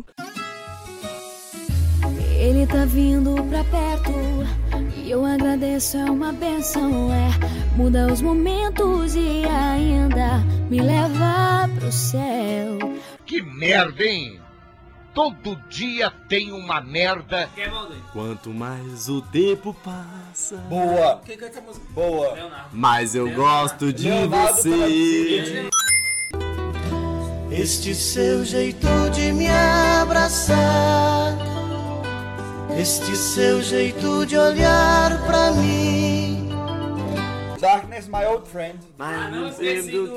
Ele tá vindo pra perto e eu agradeço, é uma benção, é. Muda os momentos e ainda me leva pro céu. Que merda, hein? Todo dia tem uma merda. Quanto mais o tempo passa. Boa. Quem canta a música? Boa. Mas eu gosto de Leonardo você. Este seu jeito de me abraçar, este seu jeito de olhar pra mim. Darkness, my old friend. Ah, não, esqueci do...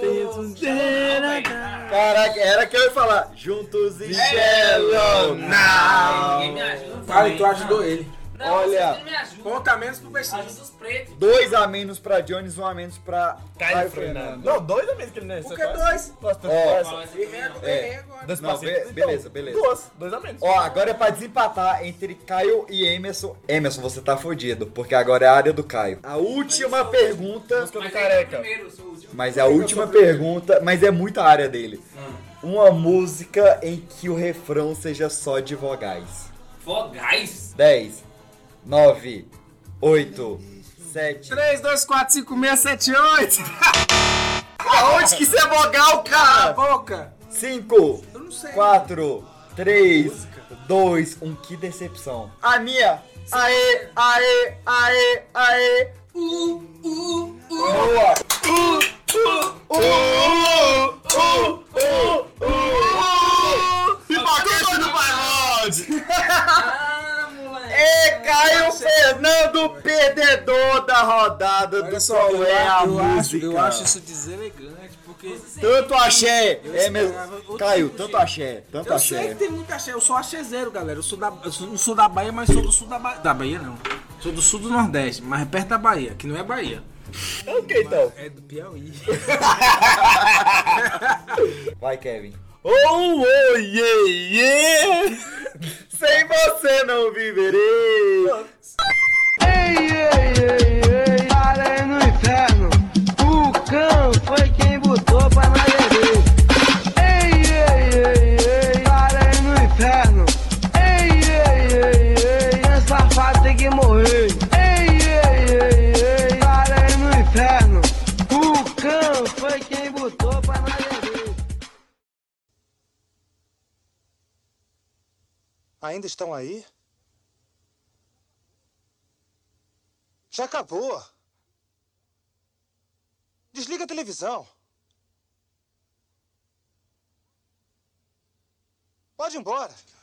Caraca, era que eu ia falar. Juntos e Shallow Now. Ninguém me ajuda. Fala, tu ajudou ele. Não, Olha, vocês não me ajudam. Conta menos pro Bessinho. Ajuda os pretos. Dois a menos pra Jones, um a menos pra Caio Caio Fernando. Fernando. Não, dois a menos que ele não é. Por que dois? Ó, É. Não, be- beleza, beleza. Duas, dois a menos. Ó, agora é pra desempatar entre Caio e Emerson. Emerson, você tá fodido, porque agora é a área do Caio. A última pergunta. Música do Careca. Mas é a última pergunta, mas é muita área dele. Uma música em que o refrão seja só de vogais. Vogais? dez, nove, oito, sete. três, dois, quatro, cinco, seis, sete, oito. Aonde que isso é vogal, cara? Boca. cinco, Eu não sei. quatro, três, dois, um. Que decepção. A minha. Aê, aê, aê, aê. Uh, uh, uh. Boa. Uh, uh, uh, uh, uh, uh, uh. Pipoca do pagode. Ah, moleque. E Caio Fernando, perdedor da rodada do Só, qual é a eu música. acho, eu acho isso deselegante, porque... Tanto axé, Eu é mesmo. esperava outro Caio, tipo tanto de- axé, tanto Eu sei axé. que tem muito axé, eu sou axézeiro, galera. Eu sou da, eu sou, não sou da Bahia, mas sou do sul da Bahia. Da Bahia, não. Sou do sul do Nordeste, mas é perto da Bahia, que não é Bahia. Ok, então. É do Piauí. Vai, Kevin. Oh, oh, yeah, yeah! Sem você não viverei. Ei, ei, ei, ei, para no inferno. O cão foi quem botou pra nós beber. Ei, ei, ei, ei, para no inferno. Ei, ei, ei, ei, esse safado tem que morrer. Ei, ei, ei, ei, para no inferno. O cão foi quem botou pra nós beber. Ainda estão aí? Já acabou. Desliga a televisão. Pode ir embora.